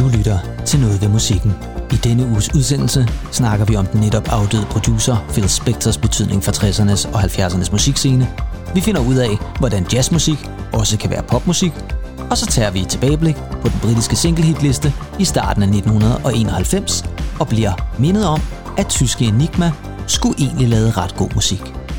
Du lytter til Noget ved musikken. I denne uges udsendelse snakker vi om den netop afdøde producer Phil Spectors betydning for 60'ernes og 70'ernes musikscene. Vi finder ud af, hvordan jazzmusik også kan være popmusik. Og så tager vi et tilbageblik på den britiske singlehitliste i starten af 1991 og bliver mindet om, at tyske Enigma skulle egentlig lave ret god musik.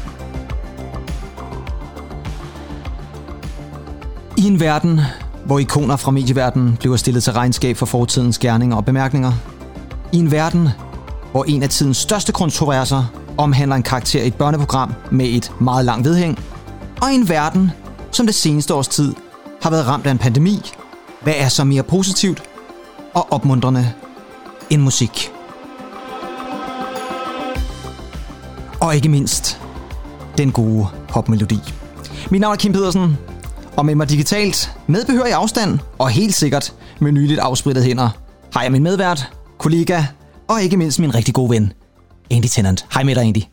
I en verden, hvor ikoner fra medieverdenen bliver stillet til regnskab for fortidens gerninger og bemærkninger. I en verden, hvor en af tidens største kontroverser omhandler en karakter i et børneprogram med et meget langt vedhæng. Og i en verden, som det seneste års tid har været ramt af en pandemi. Hvad er så mere positivt og opmuntrende end musik? Og ikke mindst den gode popmelodi. Mit navn er Kim Pedersen, og med mig digitalt, med behørig afstand og helt sikkert med nyligt afsprittet hænder, har jeg min medvært, kollega og ikke mindst min rigtig gode ven, Andy Tennant. Hej med dig, Andy.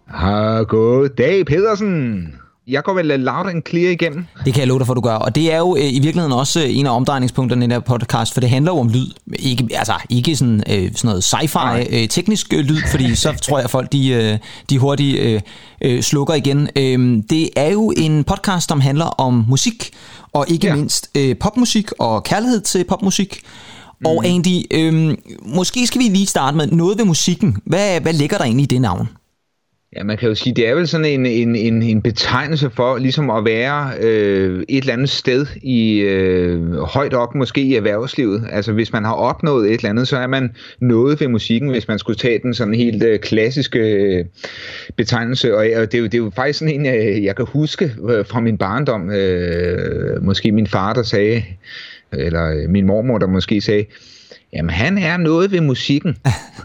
Goddag, Pedersen. Jeg går vel loud and clear igennem. Det kan jeg love dig for, du gør. Og det er jo i virkeligheden også en af omdrejningspunkterne i den her podcast, for det handler jo om lyd. Ikke sådan noget sci-fi teknisk lyd, fordi så tror jeg, at folk de hurtigt slukker igen. Det er jo en podcast, som handler om musik, og ikke mindst popmusik og kærlighed til popmusik. Og Andy, måske skal vi lige starte med noget ved musikken. Hvad ligger der egentlig i det navn? Ja, man kan jo sige, det er vel sådan en betegnelse for ligesom at være et eller andet sted i højt op, måske i erhvervslivet. Altså hvis man har opnået et eller andet, så er man noget ved musikken, hvis man skulle tage den sådan helt klassiske betegnelse. Og det er jo faktisk sådan en, jeg kan huske fra min barndom. Måske min far, der sagde, eller min mormor, der måske sagde, jamen han er noget ved musikken.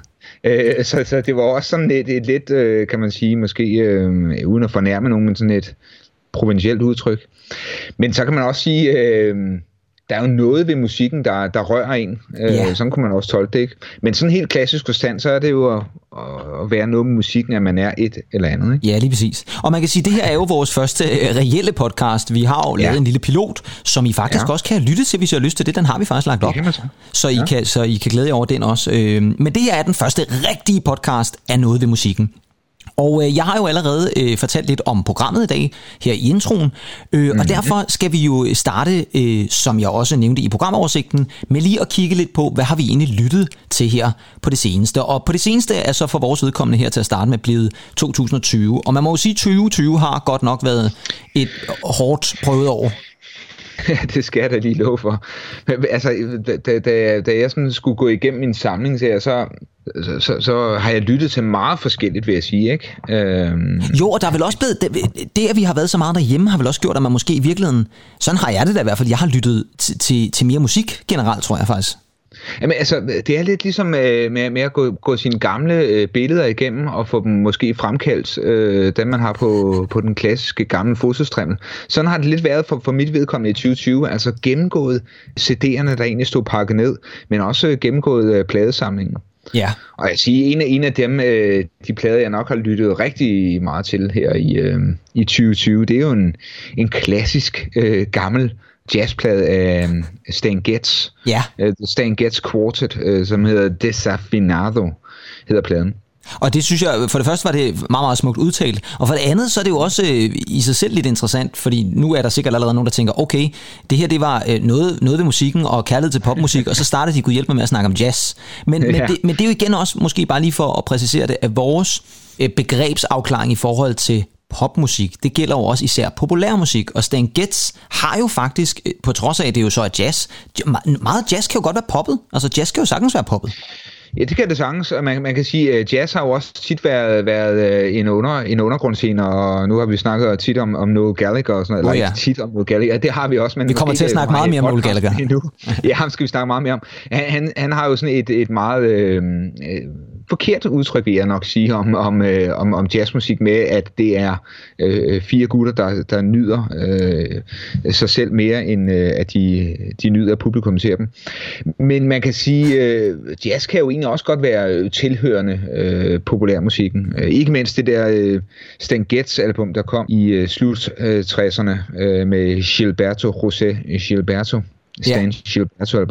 Så det var også sådan et lidt, kan man sige, måske uden at fornærme nogen, men sådan et provincielt udtryk. Men så kan man også sige, der er jo noget ved musikken, der rører en. Sådan kunne man også tolke det, ikke? Men sådan helt klassisk forstand, så er det jo at være noget med musikken, at man er et eller andet, ikke? Ja, lige præcis. Og man kan sige, at det her er jo vores første reelle podcast. Vi har jo lavet en lille pilot, som I faktisk også kan lytte til, hvis I har lyst til det. Den har vi faktisk lagt op. Så I kan glæde jer over den også. Men det her er den første rigtige podcast af noget ved musikken. Og jeg har jo allerede fortalt lidt om programmet i dag, her i introen, og derfor skal vi jo starte, som jeg også nævnte i programoversigten, med lige at kigge lidt på, hvad har vi egentlig lyttet til her på det seneste. Og på det seneste er så for vores vedkommende her til at starte med blevet 2020, og man må jo sige, at 2020 har godt nok været et hårdt prøvet år. Ja, det skal jeg da lige love for. Altså, da jeg sådan skulle gå igennem min samling, så har jeg lyttet til meget forskelligt, vil jeg sige, ikke? Jo, og der er vel også blevet, det at vi har været så meget derhjemme, har vel også gjort, at man måske i virkeligheden, sådan har jeg det da i hvert fald, jeg har lyttet til mere musik generelt, tror jeg faktisk. Jamen altså, det er lidt ligesom med at gå sine gamle billeder igennem og få dem måske fremkaldt, dem man har på den klassiske gamle fotostrimmel. Sådan har det lidt været for mit vedkommende i 2020, altså gennemgået CD'erne, der egentlig stod pakket ned, men også gennemgået pladesamlingen. Ja. Og jeg siger, en af dem, de plader, jeg nok har lyttet rigtig meget til her i 2020, det er jo en klassisk gammel jazzplade af Stan Getz. Ja. Stan Getz Quartet, som hedder Desafinado, hedder pladen. Og det synes jeg, for det første var det meget, meget smukt udtalt, og for det andet, så er det jo også i sig selv lidt interessant, fordi nu er der sikkert allerede nogen, der tænker, okay, det her det var noget ved musikken og kærlighed til popmusik, og så startede de kunne hjælpe mig med at snakke om jazz. Men det er jo igen også, måske bare lige for at præcisere det, at vores begrebsafklaring i forhold til popmusik, det gælder jo også især populærmusik, og Stan Getz har jo faktisk, på trods af, at det jo så er jazz, meget jazz kan jo godt være poppet, altså jazz kan jo sagtens være poppet. Ja, det kan det sagtens, og man kan sige, at jazz har jo også tit været en undergrundsscene, og nu har vi snakket tit om Noel Gallagher og sådan noget, eller ikke tit om Noel Gallagher, det har vi også. Men vi kommer til at snakke meget mere om Noel Gallagher. Endnu. Ja, ham skal vi snakke meget mere om. Han har jo sådan et meget forkert udtryk, vil jeg nok sige, om jazzmusik med, at det er 4 gutter, der nyder sig selv mere, end at de nyder, at publikum ser dem. Men man kan sige, jazz kan jo egentlig også godt være tilhørende populærmusikken. Ikke mindst det der Stan Getz album, der kom i slut 60'erne med Gilberto José Gilberto. Stan Gilberto albumet.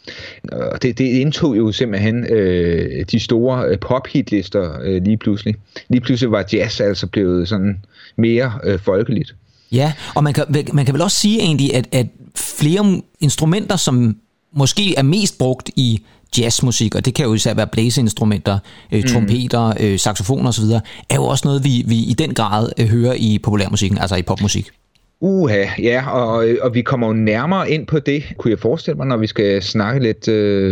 Og det indtog jo simpelthen de store pophitlister lige pludselig. Lige pludselig var jazz altså blevet sådan mere folkeligt. Ja, og man kan vel også sige egentlig, at flere instrumenter, som måske er mest brugt i jazzmusik, og det kan jo især være blæseinstrumenter, trompeter, saxofoner osv., er jo også noget, vi i den grad hører i populærmusikken, altså i popmusik. Ja, og vi kommer jo nærmere ind på det, kunne jeg forestille mig, når vi skal snakke lidt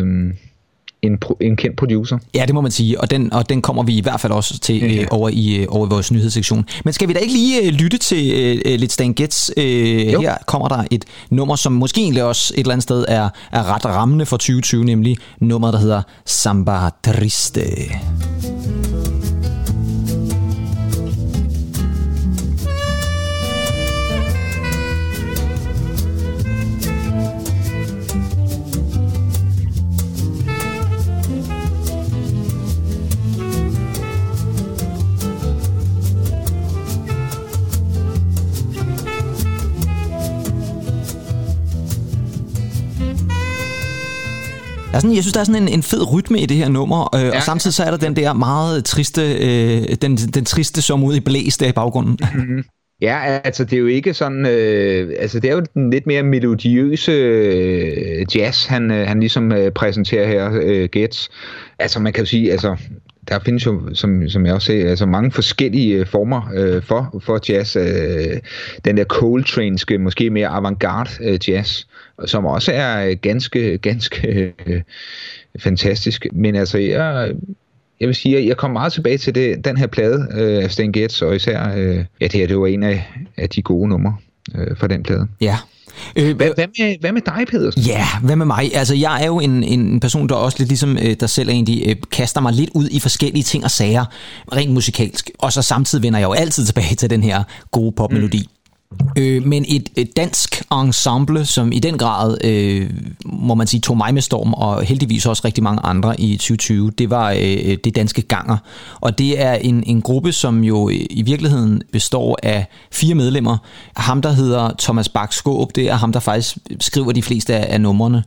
en kendt producer. Ja, det må man sige, og den kommer vi i hvert fald også til over i vores nyhedssektion. Men skal vi da ikke lige lytte til lidt Stan Getz? Her kommer der et nummer, som måske egentlig også et eller andet sted er ret rammende for 2020, nemlig nummeret, der hedder Samba Triste. Jeg synes, der er sådan en fed rytme i det her nummer, og samtidig så er der den der meget triste, den triste som ud i blæs der i baggrunden. Mm-hmm. Ja, altså det er jo ikke sådan, det er jo den lidt mere melodiøse jazz, han ligesom præsenterer her, Getz. Altså man kan jo sige, der findes jo, som jeg også ser, mange forskellige former for jazz. Den der Coltrane'ske, måske mere avantgarde jazz, som også er ganske fantastisk. Men jeg vil sige, at jeg kommer meget tilbage til den her plade af Stan Getz, og især, det var en af de gode numre fra den plade. Ja. Hvad med dig, Pedersen? Ja, hvad med mig? Altså, jeg er jo en person, der også lidt ligesom der selv egentlig kaster mig lidt ud i forskellige ting og sager, rent musikalsk. Og så samtidig vender jeg jo altid tilbage til den her gode popmelodi. Men et dansk ensemble, som i den grad, må man sige, tog mig med storm, og heldigvis også rigtig mange andre i 2020, det var det danske Ganger. Og det er en gruppe, som jo i virkeligheden består af 4 medlemmer. Ham, der hedder Thomas Bak-Skaarup, det er ham, der faktisk skriver de fleste af numrene.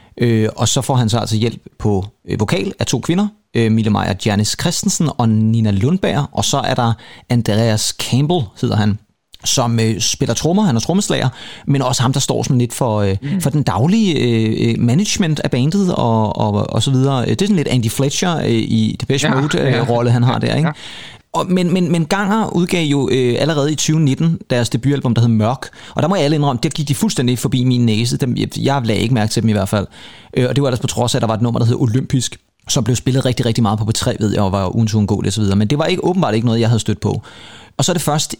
Og så får han så altså hjælp på vokal af 2 kvinder, Mille Meyer Janis Christensen og Nina Lundberg. Og så er der Andreas Campbell, hedder han, som spiller trommer, han er trommeslager, men også ham, der står sådan lidt for den daglige management af bandet og så videre. Det er sådan lidt Andy Fletcher i Depeche Mode-rolle, han har der, ikke? Ja. Men Ganger udgav jo allerede i 2019 deres debutalbum, der hed Mørk, og der må jeg alle indrømme, der gik de fuldstændig forbi min næse. Jeg lagde ikke mærke til dem i hvert fald. Og det var ellers på trods af, at der var et nummer, der hed Olympisk, som blev spillet rigtig, rigtig meget på P3, ved jeg, og var uden uundgåeligt og så videre. Men det var åbenbart ikke noget, jeg havde stødt på. Og så er det først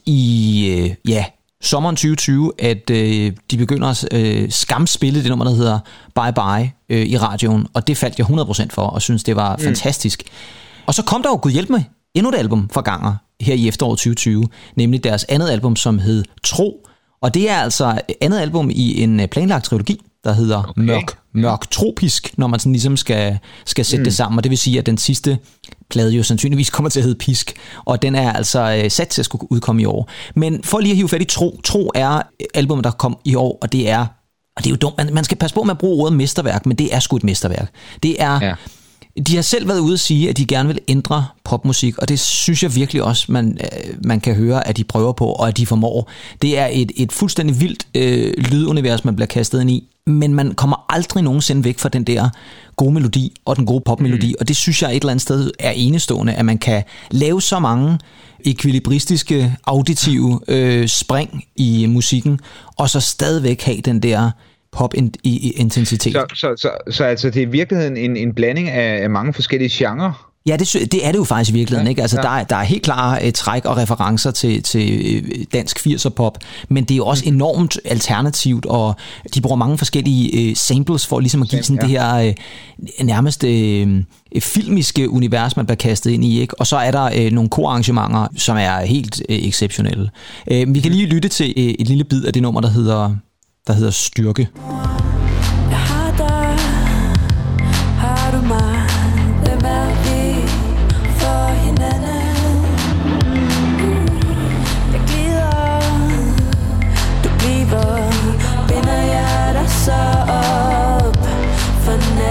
i sommeren 2020, at de begynder at skamspille det nummer, der hedder Bye Bye i radioen. Og det faldt jeg 100% for, og synes det var fantastisk. Og så kom der jo, Gud hjælp med, endnu et album fra Ganger her i efteråret 2020, nemlig deres andet album, som hed Tro. Og det er altså andet album i en planlagt trilogi, der hedder Mørk Tropisk, når man sådan ligesom skal sætte det sammen. Og det vil sige, at den sidste plade jo sandsynligvis kommer til at hedde Pisk, og den er altså sat til at skulle udkomme i år. Men for lige at hive fat i Tro er albumet, der kom i år, og det er jo dumt. Man skal passe på med at bruge ordet mesterværk, men det er sgu et mesterværk. Det er... Ja. De har selv været ude at sige, at de gerne vil ændre popmusik, og det synes jeg virkelig også, man kan høre, at de prøver på, og at de formår. Det er et fuldstændig vildt lydunivers, man bliver kastet ind i, men man kommer aldrig nogensinde væk fra den der gode melodi og den gode popmelodi, og det synes jeg et eller andet sted er enestående, at man kan lave så mange ekvilibristiske, auditive spring i musikken, og så stadigvæk have den der pop-intensitet. Så altså det er i virkeligheden en blanding af mange forskellige genrer? Ja, det er det jo faktisk i virkeligheden, ikke? Altså der er helt klare træk og referencer til dansk 80'er pop, men det er jo også enormt alternativt, og de bruger mange forskellige samples for ligesom at give sådan det her nærmest filmiske univers, man bliver kastet ind i, ikke? Og så er der nogle korarrangementer, som er helt exceptionelle. Vi kan lige lytte til et lille bid af det nummer, der hedder Styrke. Jeg har dig, har du mig, hvem er vi for hinanden? Jeg glider, du bliver, binder jeg dig så op for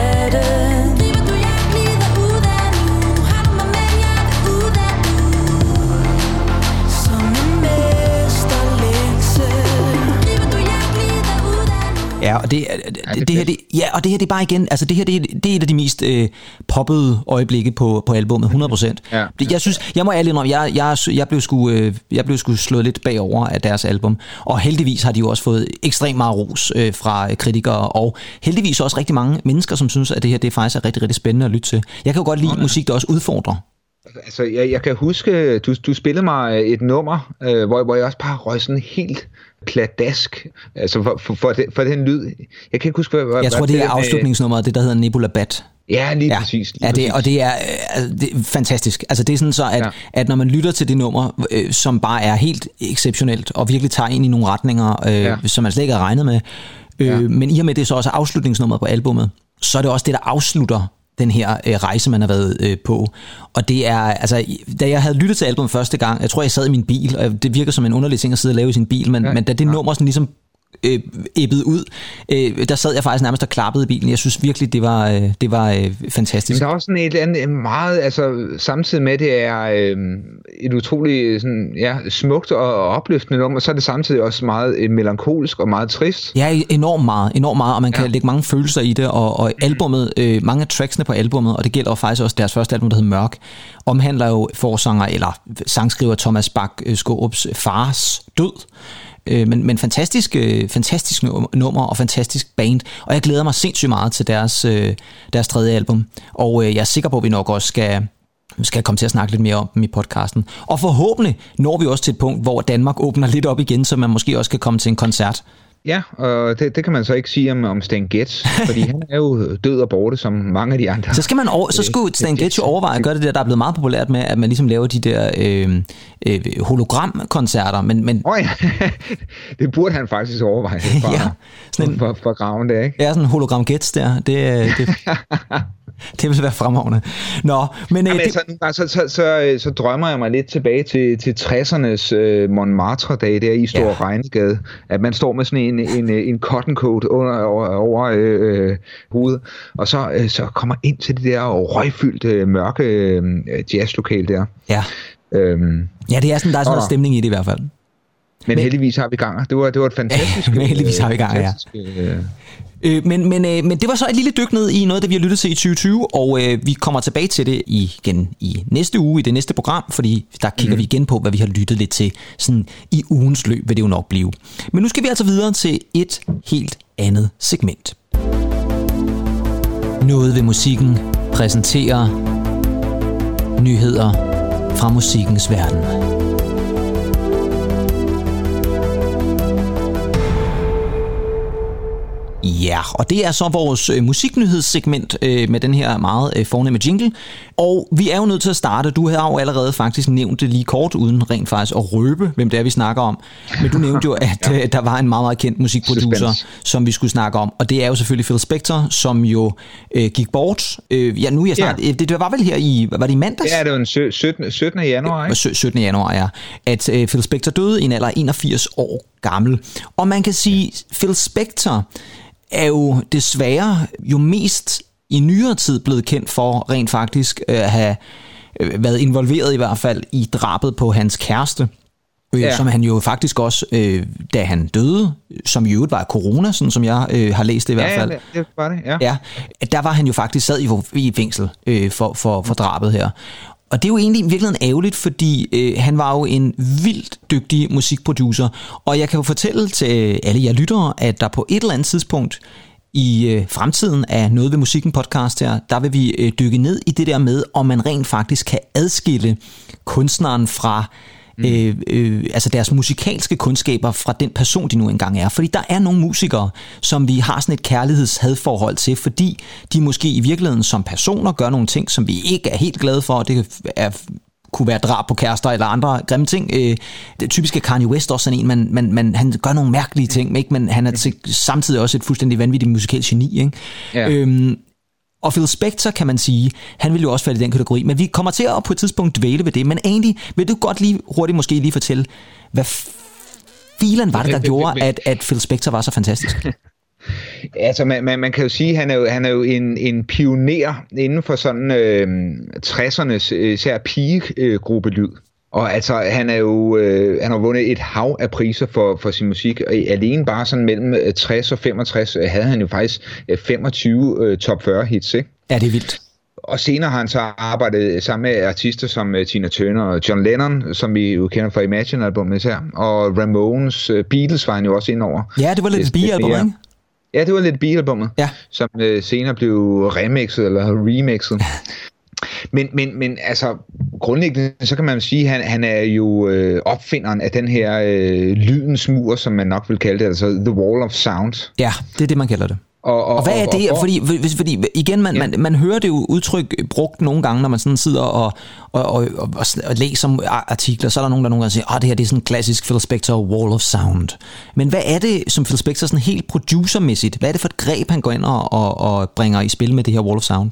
og det her det er bare igen, altså det her det er et af de mest poppede øjeblikke på albumet, 100%. Ja. Jeg synes, jeg må ærligt indrømme, jeg blev sgu slået lidt bagover af deres album, og heldigvis har de jo også fået ekstremt meget ros fra kritikere, og heldigvis også rigtig mange mennesker, som synes, at det her det faktisk er rigtig, rigtig spændende at lytte til. Jeg kan jo godt lide musik, der også udfordrer. Altså, jeg kan huske, du spillede mig et nummer, hvor jeg også bare røg sådan helt pladask, altså for den lyd. Jeg kan ikke huske, hvad jeg tror, det er afslutningsnummeret, det der hedder Nebula Bat. Ja, lige præcis. Og det er fantastisk. Altså det er sådan så, at når man lytter til det nummer, som bare er helt exceptionelt, og virkelig tager ind i nogle retninger, som man slet ikke har regnet med, men i og med det så også afslutningsnummeret på albumet, så er det også det, der afslutter den her rejse, man har været på. Og det er, altså, da jeg havde lyttet til albumet første gang, jeg tror, jeg sad i min bil, og det virker som en underlig ting at sidde og lave i sin bil, men da det nummer sådan ligesom æbbet ud, der sad jeg faktisk nærmest og klappede i bilen. Jeg synes virkelig, det var fantastisk. Men der er også sådan et eller andet meget, altså samtidig med, det er et utroligt sådan, smukt og opløftende nummer, så er det samtidig også meget melankolisk og meget trist. Ja, enormt meget, og man kan lægge mange følelser i det, og albumet, mange af tracksene på albumet, og det gælder jo faktisk også deres første album, der hedder Mørk, omhandler jo forsanger, eller sangskriver Thomas Bach-Skaarups fars død. Men fantastisk nummer og fantastisk band, og jeg glæder mig sindssygt meget til deres tredje album, og jeg er sikker på, at vi nok også skal komme til at snakke lidt mere om dem i podcasten, og forhåbentlig når vi også til et punkt, hvor Danmark åbner lidt op igen, så man måske også kan komme til en koncert. Ja, og det kan man så ikke sige om Stan Getz, fordi han er jo død og borte, som mange af de andre. Så skulle Stan Getz jo overveje at gøre det der er blevet meget populært med, at man ligesom laver de der hologramkoncerter, men det burde han faktisk overveje for graven der, ikke? Ja, sådan en hologram Getz der, det vil være fremragende. Nå, men så drømmer jeg mig lidt tilbage til 60'ernes Montmartre-dage der i Store Regnegade, at man står med sådan en cotton coat over hovedet, og så kommer ind til det der røgfyldte mørke jazzlokale der. Ja. Ja, det er sådan, der er sådan noget stemning i det i hvert fald. Men heldigvis har vi gang. Det var et fantastisk. Men heldigvis har vi gang, ja. Men det var så et lille dyk ned i noget, det vi har lyttet til i 2020, og vi kommer tilbage til det igen i næste uge, i det næste program, fordi der kigger vi igen på, hvad vi har lyttet lidt til. Sådan i ugens løb vil det jo nok blive. Men nu skal vi altså videre til et helt andet segment. Noget ved musikken præsenterer nyheder fra musikkens verden. Ja, og det er så vores musiknyhedssegment med den her meget fornemme jingle. Og vi er jo nødt til at starte. Du har jo allerede faktisk nævnt det lige kort, uden rent faktisk at røbe, hvem det er, vi snakker om. Men du nævnte jo, at der var en meget, meget kendt musikproducer, som vi skulle snakke om. Og det er jo selvfølgelig Phil Spector, som jo gik bort. Nu er jeg snart... Ja. Det var vel her i... Var det i mandags? Ja, det var den 17. januar, ikke? 17. januar, ja. At Phil Spector døde i en alder af 81 år gammel. Og man kan sige, Phil Spector er jo desværre jo mest i nyere tid blevet kendt for rent faktisk at have været involveret i hvert fald i drabet på hans kæreste, som han jo faktisk også, da han døde, som jo var corona, sådan som jeg har læst det i hvert fald. Ja, det var det, ja. Der var han jo faktisk sad i fængsel for drabet her. Og det er jo egentlig virkelig ærgerligt, fordi han var jo en vildt dygtig musikproducer. Og jeg kan jo fortælle til alle jer lyttere, at der på et eller andet tidspunkt i fremtiden af Noget ved musikken podcast her, der vil vi dykke ned i det der med, om man rent faktisk kan adskille kunstneren fra altså deres musikalske kundskaber fra den person, de nu engang er. Fordi der er nogle musikere, som vi har sådan et kærlighedshadforhold til, fordi de måske i virkeligheden som personer gør nogle ting, som vi ikke er helt glade for. Det kunne være drab på kærester eller andre grimme ting. Det typiske Kanye West også sådan en, han gør nogle mærkelige ting, ikke? Men han er samtidig også et fuldstændig vanvittigt musikalsk geni, ikke? Ja. Og Phil Spector, kan man sige, han vil jo også falde i den kategori, men vi kommer til at på et tidspunkt dvæle ved det. Men egentlig, vil du godt lige hurtigt måske lige fortælle, hvad filen var det, der gjorde, at Phil Spector var så fantastisk? Altså, man kan jo sige, han er jo en pioner inden for sådan 60'ernes især pigegruppelyd. Og altså, han har vundet et hav af priser for sin musik, og alene bare sådan mellem 60 og 65 havde han jo faktisk 25 top 40 hits, ikke? Ja, det er vildt. Og senere har han så arbejdet sammen med artister som Tina Turner og John Lennon, som vi jo kender fra Imagine-albumet her, og Ramones, Beatles var han jo også ind over. Ja, det var lidt et Beatles-album, ikke? Ja, det var lidt Beatles-albummet, ja. Som senere blev remixet eller remixet. Men altså, grundlæggende, så kan man sige, at han er jo opfinderen af den her lydens mur, som man nok vil kalde det, altså The Wall of Sound. Ja, det er det, man kalder det. Og hvad er det? Fordi igen, man hører det jo udtryk brugt nogle gange, når man sådan sidder og læser artikler, så er der nogen, der nogle gange siger, det her det er sådan en klassisk Phil Spector Wall of Sound. Men hvad er det, som Phil Spector sådan helt producermæssigt, hvad er det for et greb, han går ind og bringer i spil med det her Wall of Sound?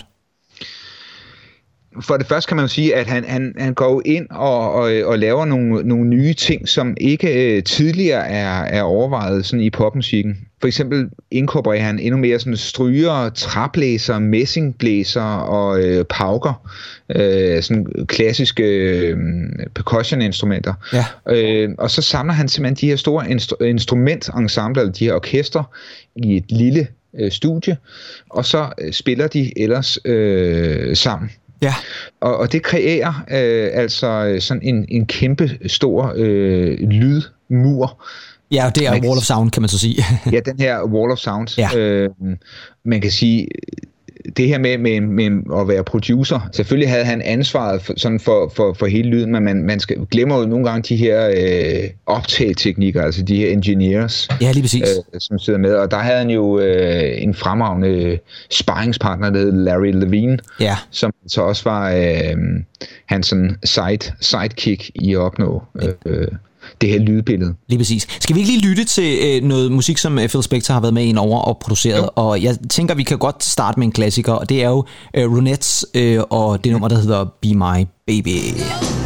For det første kan man jo sige, at han går ind og laver nogle nye ting, som ikke tidligere er overvejet sådan i popmusikken. For eksempel inkorporerer han endnu mere sådan stryger, træblæser, messingblæser og pauker, sådan klassiske percussion-instrumenter. Ja. Og så samler han simpelthen de her store instrumentensembler, eller de her orkester, i et lille studie, og så spiller de ellers sammen. Ja. Og det kreerer altså sådan en kæmpe stor lydmur. Ja, det er Wall of Sound, kan man så sige. Ja, den her Wall of Sound. Ja. Man kan sige, det her med at være producer, selvfølgelig havde han ansvaret for hele lyden, men man glemmer jo nogle gange de her optageteknikker, altså de her engineers, ja, lige præcis. Som sidder med, og der havde han jo en fremragende sparringspartner, der hed Larry Levine, ja. Som så også var hans sådan sidekick i at opnå det her lydbillede. Lige præcis. Skal vi ikke lige lytte til noget musik, som Phil Spector har været med ind over og produceret? Jo. Og jeg tænker, vi kan godt starte med en klassiker, og det er jo Ronettes og det nummer, der hedder Be My Baby.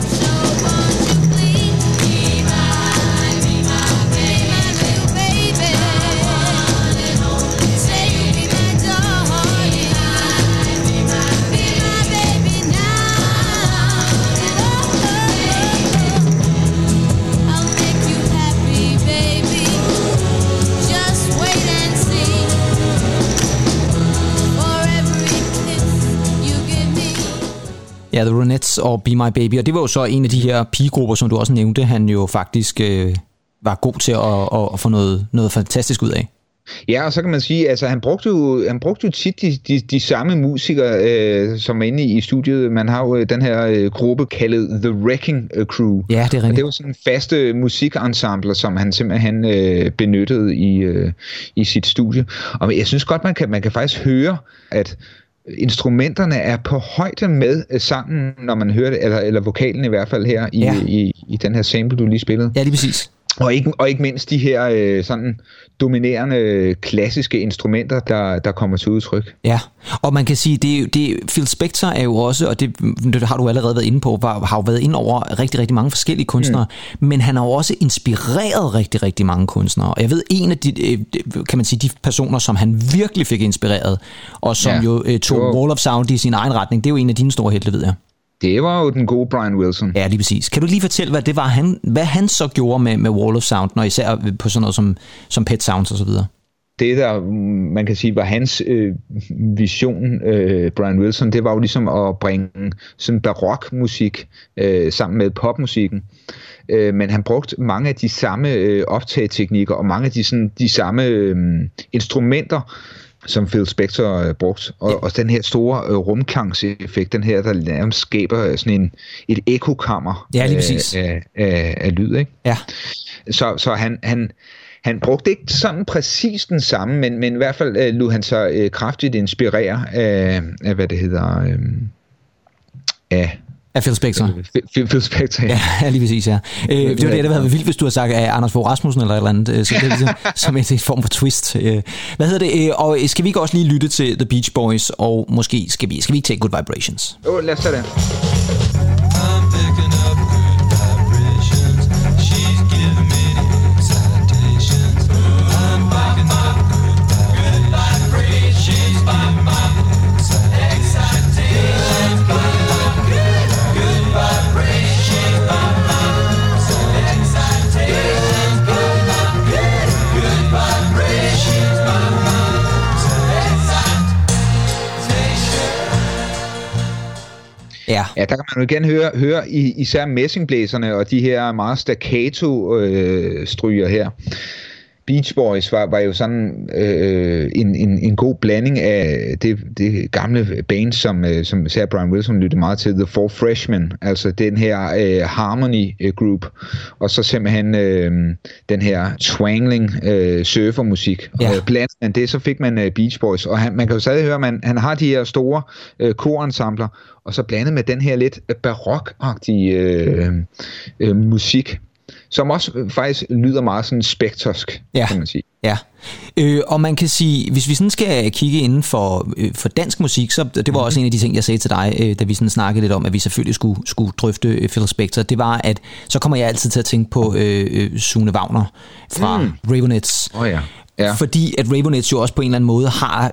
Ja, The Ronettes og Be My Baby, og det var jo så en af de her pigegrupper, som du også nævnte, han jo faktisk var god til at få noget fantastisk ud af. Ja, og så kan man sige, altså han brugte jo tit de samme musikere, som er inde i studiet. Man har jo den her gruppe kaldet The Wrecking Crew. Ja, det er rigtigt. Og det er jo sådan en faste musikensembler, som han simpelthen benyttede i sit studie. Og jeg synes godt, man kan faktisk høre, at instrumenterne er på højde med sangen, når man hører det, eller vokalen i hvert fald her i den her sample, du lige spillede. Ja, lige præcis. Og ikke mindst de her sådan dominerende klassiske instrumenter, der kommer til udtryk. Ja, og man kan sige, det Phil Spector er jo også, og det har du allerede været inde på, har jo været inde over rigtig, rigtig mange forskellige kunstnere, men han har jo også inspireret rigtig, rigtig mange kunstnere. Og jeg ved, en af de, kan man sige, de personer, som han virkelig fik inspireret, og som tog Wall of Sound i sin egen retning, det er jo en af dine store helte, ved jeg. Det var jo den gode Brian Wilson. Ja, lige præcis. Kan du lige fortælle, hvad han så gjorde med Wall of Sound, når især på sådan noget som Pet Sounds og så videre? Det der, man kan sige, var hans vision, Brian Wilson, det var jo ligesom at bringe sådan barokmusik sammen med popmusikken. Men han brugte mange af de samme optageteknikker og mange af de samme instrumenter, som Phil Spector brugt, og den her store rumklangseffekt, den her, der nærmest skaber sådan et ekokammer af lyd, ikke? Ja. Så han brugte ikke sådan præcis den samme, men i hvert fald lod han sig kraftigt inspirere af hvad det hedder, af Phil Spector. Phil Spector, ja. Ja, lige præcis, ja. Det var det, der havde været vildt, hvis du havde sagt af Anders Fogh Rasmussen eller et eller andet, så det er ligesom som en form for twist. Hvad hedder det? Og skal vi ikke også lige lytte til The Beach Boys, og måske skal vi ikke tage Good Vibrations? Lad os tage det. Ja, der kan man jo igen høre især messingblæserne og de her meget staccato stryger her. Beach Boys var jo sådan en god blanding af det gamle band, som især Brian Wilson lyttede meget til, The Four Freshmen, altså den her harmony group, og så simpelthen den her twangling surfermusik. Og blandt andet det, så fik man Beach Boys, og man kan jo stadig høre, at han har de her store korensembler, og så blandet med den her lidt barokagtige musik, som også faktisk lyder meget sådan spektorsk, kan man sige. Ja, og man kan sige, hvis vi sådan skal kigge inden for dansk musik, så det var også en af de ting, jeg sagde til dig, da vi sådan snakkede lidt om, at vi selvfølgelig skulle drøfte Phil Spector, det var, at så kommer jeg altid til at tænke på Sune Wagner fra Raveonettes. Ja. Fordi at Raveonettes jo også på en eller anden måde har,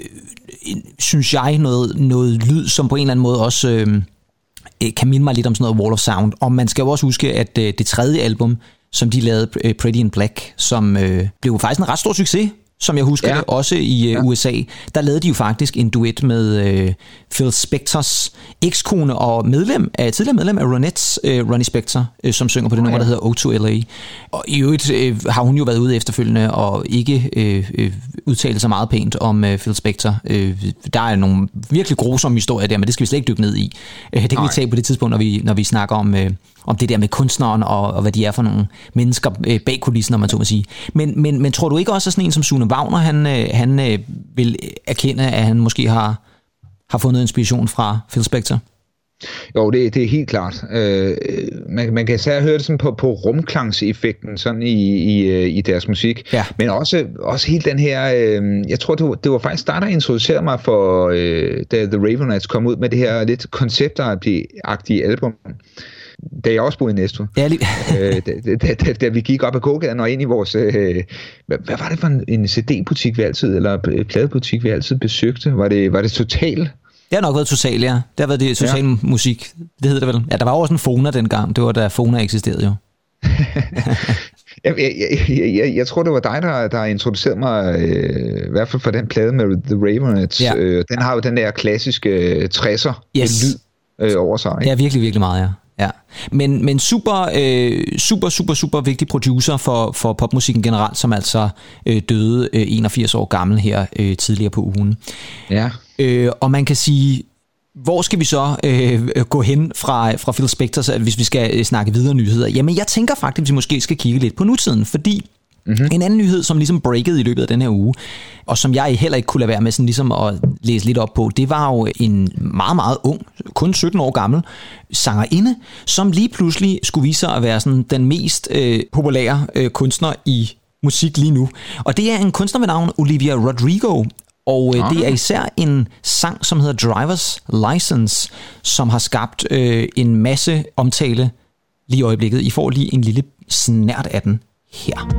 synes jeg, noget lyd, som på en eller anden måde også kan minde mig lidt om sådan noget Wall of Sound. Og man skal jo også huske, at det tredje album, som de lavede, Pretty in Black, som blev faktisk en ret stor succes, som jeg husker det, også i USA, der lavede de jo faktisk en duet med Phil Spectors ekskone og tidligere medlem af Ronettes, Ronnie Spector, som synger på det nummer, der hedder O2 LA. Og i øvrigt har hun jo været ude efterfølgende og ikke udtalt så meget pænt om Phil Spector. Der er nogle virkelig grusomme historier der, men det skal vi slet ikke dykke ned i. Det kan vi tage på det tidspunkt, når vi snakker om det der med kunstneren og hvad de er for nogle mennesker bag kulissen, om man så må sige. Men tror du ikke også, at sådan en som Sune Wagner, han vil erkende, at han måske har fundet inspiration fra Phil Spector? Jo, det er helt klart. Man kan især høre det sådan på rumklangseffekten sådan i deres musik. Ja. Men også helt den her... jeg tror, det var faktisk der introducerede mig for, da The Raveonettes kom ud med det her lidt konceptagtige album. Da jeg også boede i Næstved. Ja, da vi gik op ad gågaden og ind i vores... hvad var det for en CD-butik, vi altid... Eller pladebutik, vi altid besøgte? Var det Total? Det har nok været Total, ja. Det har været det Total musik. Det hedder det vel. Ja, der var også en Fona dengang. Det var da Fona eksisterede jo. Jeg tror, det var dig, der introducerede mig, i hvert fald for den plade med The Raveonettes. Ja. Den har jo den der klassiske 60'er lyd over sig. Ikke? Ja, virkelig, virkelig meget, ja. Ja. Men super vigtig producer for popmusikken generelt, som altså døde 81 år gammel her tidligere på ugen. Ja. Og man kan sige, hvor skal vi så gå hen fra Phil Spector, hvis vi skal snakke videre nyheder? Jamen jeg tænker faktisk, at vi måske skal kigge lidt på nutiden, fordi en anden nyhed, som ligesom breakede i løbet af den her uge, og som jeg heller ikke kunne lade være med sådan ligesom at læse lidt op på, det var jo en meget, meget ung, kun 17 år gammel sangerinde, som lige pludselig skulle vise sig at være sådan den mest populære kunstner i musik lige nu. Og det er en kunstner ved navn Olivia Rodrigo, og det er især en sang, som hedder Driver's License, som har skabt en masse omtale lige i øjeblikket. I får lige en lille snert af den her.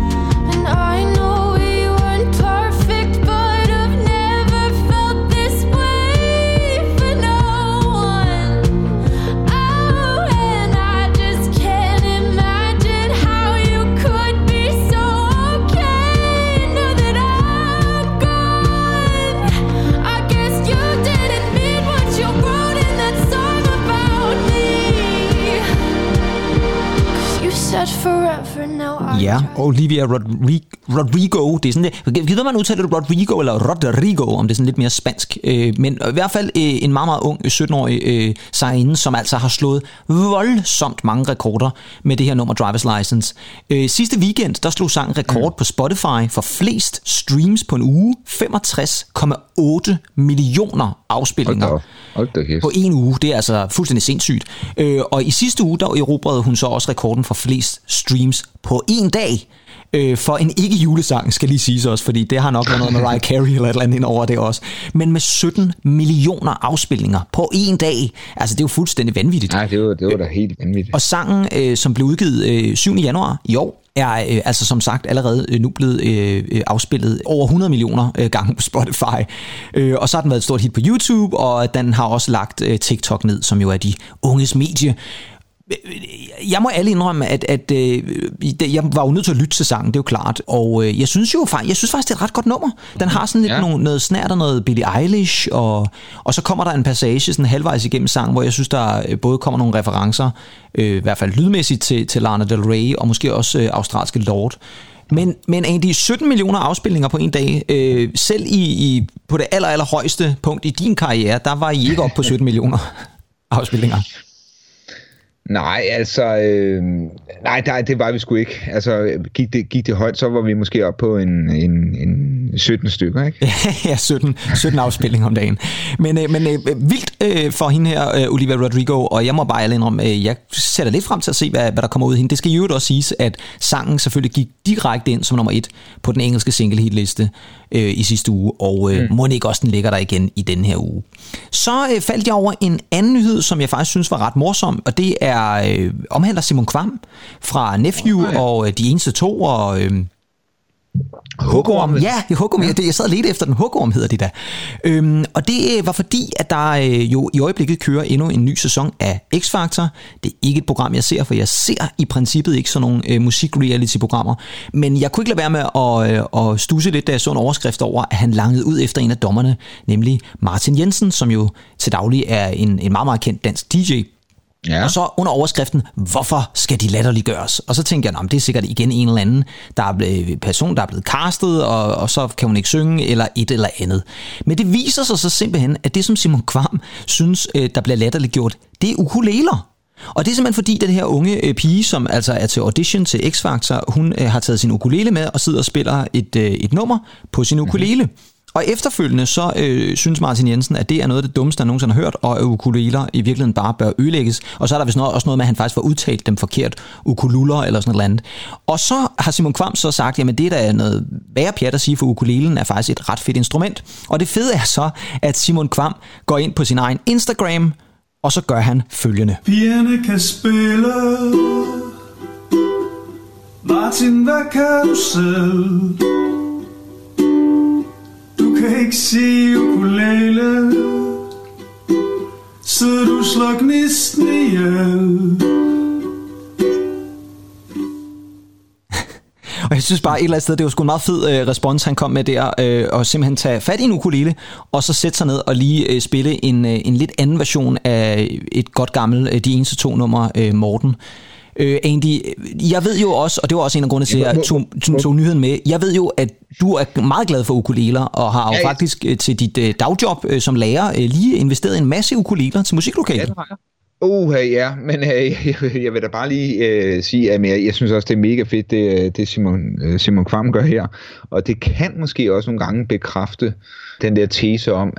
Ja, Olivia Rodrigo, det er sådan det. Gider man udtale det Rodrigo eller Rodrigo, om det er sådan lidt mere spansk. Men i hvert fald en meget, meget ung 17-årig sangerinde, som altså har slået voldsomt mange rekorder med det her nummer Driver's License. Sidste weekend, der slog sangen rekord på Spotify for flest streams på en uge. 65,8 millioner afspillinger på en uge. Det er altså fuldstændig sindssygt. Og i sidste uge, der erobrede hun så også rekorden for flest streams på en dag. For en ikke-julesang, skal lige siges også, fordi det har nok været noget med Mariah Carey eller et eller andet ind over det også. Men med 17 millioner afspilninger på en dag. Altså, det er jo fuldstændig vanvittigt. Nej, det var da helt vanvittigt. Og sangen, som blev udgivet 7. januar i år, er altså som sagt allerede nu blevet afspillet over 100 millioner gange på Spotify. Og så har den været et stort hit på YouTube, og den har også lagt TikTok ned, som jo er de unges medie. Jeg må alle indrømme, at jeg var jo nødt til at lytte til sangen, det er jo klart. Og jeg synes faktisk, det er et ret godt nummer. Den har sådan lidt noget snært og noget Billie Eilish, og så kommer der en passage sådan halvvejs igennem sangen, hvor jeg synes, der både kommer nogle referencer, i hvert fald lydmæssigt til Lana Del Rey, og måske også australske Lorde. Men egentlig 17 millioner afspilninger på en dag, selv på det allerhøjeste punkt i din karriere, der var I ikke op på 17 millioner afspilninger. Nej, altså, det var vi sgu ikke. Altså, gik det højt, så var vi måske op på en 17 stykker, ikke? Ja, 17 afspillinger om dagen. Men vildt for hende her, Olivia Rodrigo, og jeg må bare alle indrømme, jeg sætter lidt frem til at se, hvad der kommer ud af hende. Det skal jo også siges, at sangen selvfølgelig gik direkte ind som nummer 1 på den engelske single hit liste i sidste uge, og må ikke også den ligger der igen i den her uge. Så faldt jeg over en anden nyhed, som jeg faktisk synes var ret morsom, og det er omhandler Simon Kvam fra Nephew og De Eneste To og Hugorm. Ja, Hugorm. Jeg sad lidt efter den. Hugorm hedder det da. Og det var fordi, at der jo i øjeblikket kører endnu en ny sæson af X-Factor. Det er ikke et program, jeg ser, for jeg ser i princippet ikke sådan nogle musik-reality-programmer. Men jeg kunne ikke lade være med at studse lidt, da jeg så en overskrift over, at han langede ud efter en af dommerne, nemlig Martin Jensen, som jo til daglig er en meget, meget kendt dansk DJ. Ja. Og så under overskriften, hvorfor skal de latterliggøres? Og så tænker jeg, det er sikkert igen en eller anden person, der er blevet castet, og så kan hun ikke synge, eller et eller andet. Men det viser sig så simpelthen, at det som Simon Kvam synes, der bliver latterliggjort, det er ukuleler. Og det er simpelthen fordi, den her unge pige, som altså er til audition til X-Factor, hun har taget sin ukulele med og sidder og spiller et nummer på sin ukulele. Og efterfølgende så synes Martin Jensen, at det er noget af det dummeste, han nogensinde har hørt, og at ukuleler i virkeligheden bare bør ødelægges. Og så er der vist også noget med, at han faktisk var udtalt dem forkert, ukululler eller sådan noget andet. Og så har Simon Kvam så sagt, jamen det er da noget værre pjat at sige, for ukulelen er faktisk et ret fedt instrument. Og det fede er så, at Simon Kvam går ind på sin egen Instagram, og så gør han følgende. Pigerne kan spille, Martin, hvad kan du selv? Du kan ikke sige ukulele, så du slår gnisten ihjel. Og jeg synes bare et eller andet sted, det var sgu en meget fed respons, han kom med der, og simpelthen tage fat i en ukulele, og så sætte sig ned og lige spille en lidt anden version af et godt gammelt De Eneste To nummer, Morten. Andy, jeg ved jo også, og det var også en af grundene til, at jeg tog nyheden med, jeg ved jo, at du er meget glad for ukuleler, og har jo faktisk til dit dagjob som lærer lige investeret en masse ukuleler til musiklokaler. Ja, det har jeg. Ja, men jeg vil da bare lige sige, at jeg synes også, det er mega fedt, det Simon Kvam gør her. Og det kan måske også nogle gange bekræfte den der tese om,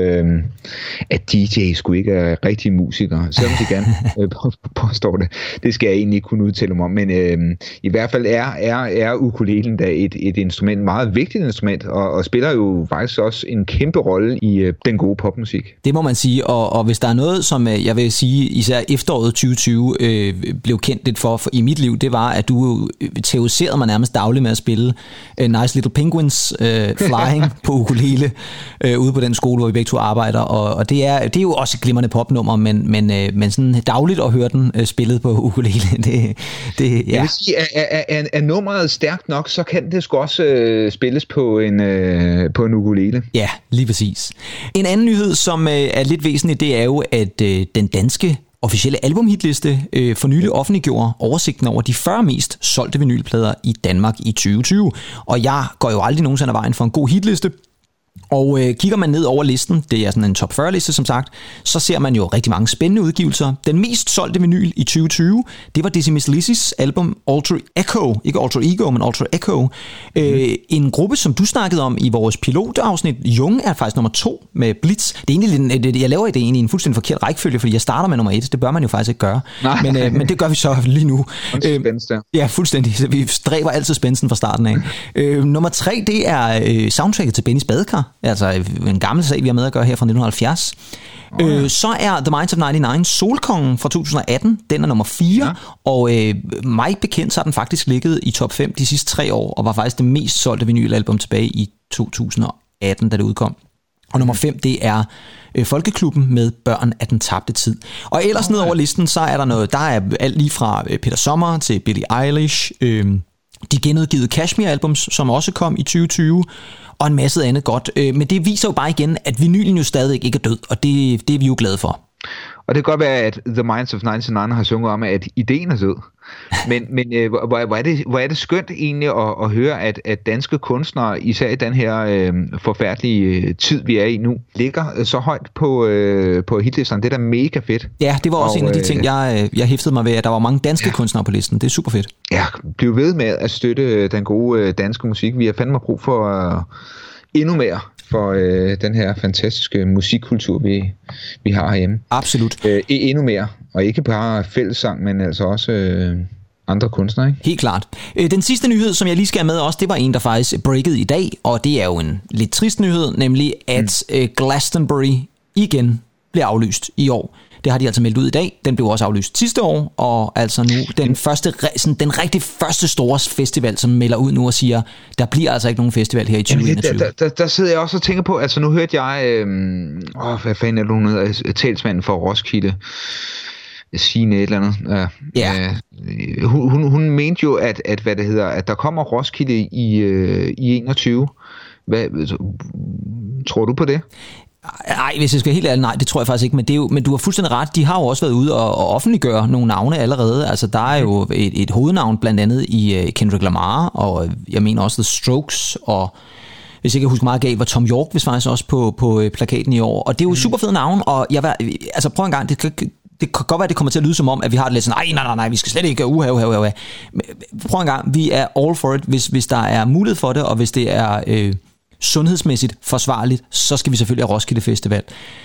at DJ skulle ikke er rigtige musikere, selvom de gerne påstår det. Det skal jeg egentlig ikke kunne udtale mig om, men i hvert fald er ukulelen da et instrument, meget vigtigt instrument, og spiller jo faktisk også en kæmpe rolle i den gode popmusik. Det må man sige, og hvis der er noget, som jeg vil sige, især efteråret 2020 blev kendt lidt for i mit liv, det var, at du terroriserede mig nærmest dagligt med at spille Nice Little Penguins Flying på ukulele ude på den skole, hvor vi begge to arbejder, og det er jo også et glimrende popnummer, men sådan dagligt at høre den spillet på ukulele, det ja. Jeg vil sige, er nummeret stærkt nok, så kan det sgu også spilles på en ukulele. Ja, lige præcis. En anden nyhed, som er lidt væsentlig, det er jo, at den danske officielle albumhitliste for nylig offentliggjorde oversigten over de 40 mest solgte vinylplader i Danmark i 2020. Og jeg går jo aldrig nogensinde af vejen for en god hitliste. Og kigger man ned over listen, det er sådan en top 40 liste som sagt, så ser man jo rigtig mange spændende udgivelser. Den mest solgte vinyl i 2020, det var Dizzy Miss Lizzys album Alter Echo, ikke Alter Ego, men Alter Echo. En gruppe, som du snakkede om i vores pilotafsnit, Jung, er faktisk nummer 2 med Blitz. Det er egentlig, jeg laver det egentlig i en fuldstændig forkert rækkefølge, fordi jeg starter med nummer 1. Det bør man jo faktisk ikke gøre. Men det gør vi så lige nu. Ja, fuldstændig. Så vi stræber altid spændsen fra starten af. Nummer 3, det er soundtracket til Bennys Badekar. Altså en gammel sag, vi har med at gøre her fra 1970. Så er The Minds of 99 Solkongen fra 2018. Den er nummer 4. Ja. Og mig bekendt, så har den faktisk ligget i top 5 de sidste 3 år, og var faktisk det mest solgte vinylalbum tilbage i 2018, da det udkom. Og nummer 5, det er Folkeklubben med Børn af den tabte tid. Og ellers ned over listen, så er der noget, der er alt lige fra Peter Sommer til Billie Eilish, de genudgivede Kashmir-albums, som også kom i 2020, og en masse andet godt. Men det viser jo bare igen, at vinylen jo stadig ikke er død, og det er vi jo glade for. Og det kan godt være, at The Minds of 99 har sunget om, at ideen er død. Men hvor er det skønt egentlig at høre, at danske kunstnere, især i den her forfærdelige tid, vi er i nu, ligger så højt på hitlisterne. Det er da mega fedt. Ja, det var også en af de ting, jeg hæftede mig ved, at der var mange danske kunstnere på listen. Det er super fedt. Ja, bliv ved med at støtte den gode danske musik. Vi har fandme brug for endnu mere for den her fantastiske musikkultur, vi har herhjemme. Absolut. Endnu mere. Og ikke bare fællessang, men altså også andre kunstnere, ikke? Helt klart. Den sidste nyhed, som jeg lige skal have med også, det var en, der faktisk breakede i dag, og det er jo en lidt trist nyhed, nemlig at Glastonbury igen bliver aflyst i år. Det har de altså meldt ud i dag. Den blev også aflyst sidste år, og altså nu den rigtig første store festival, som melder ud nu og siger, der bliver altså ikke nogen festival her i 2021. Der sidder jeg også og tænker på, altså nu hørte jeg, hvad fanden er det, hun hedder, talsmanden for Roskilde, Signe et eller andet. Ja. Hun mente jo, at hvad det hedder, at der kommer Roskilde i 21. Tror du på det? Nej, hvis jeg skal helt ærligt, nej, det tror jeg faktisk ikke, men du har fuldstændig ret, de har jo også været ude og offentliggøre nogle navne allerede, altså der er jo et hovednavn blandt andet i Kendrick Lamar, og jeg mener også The Strokes, og hvis jeg kan huske meget galt, var Tom York vist faktisk også på plakaten i år, og det er jo super fede navn, og altså prøv en gang, det kan godt være, at det kommer til at lyde som om, at vi har det lidt sådan, nej, vi skal slet ikke uha. Prøv en gang, vi er all for it, hvis der er mulighed for det, og hvis det er sundhedsmæssigt forsvarligt, så skal vi selvfølgelig have Roskilde Festival.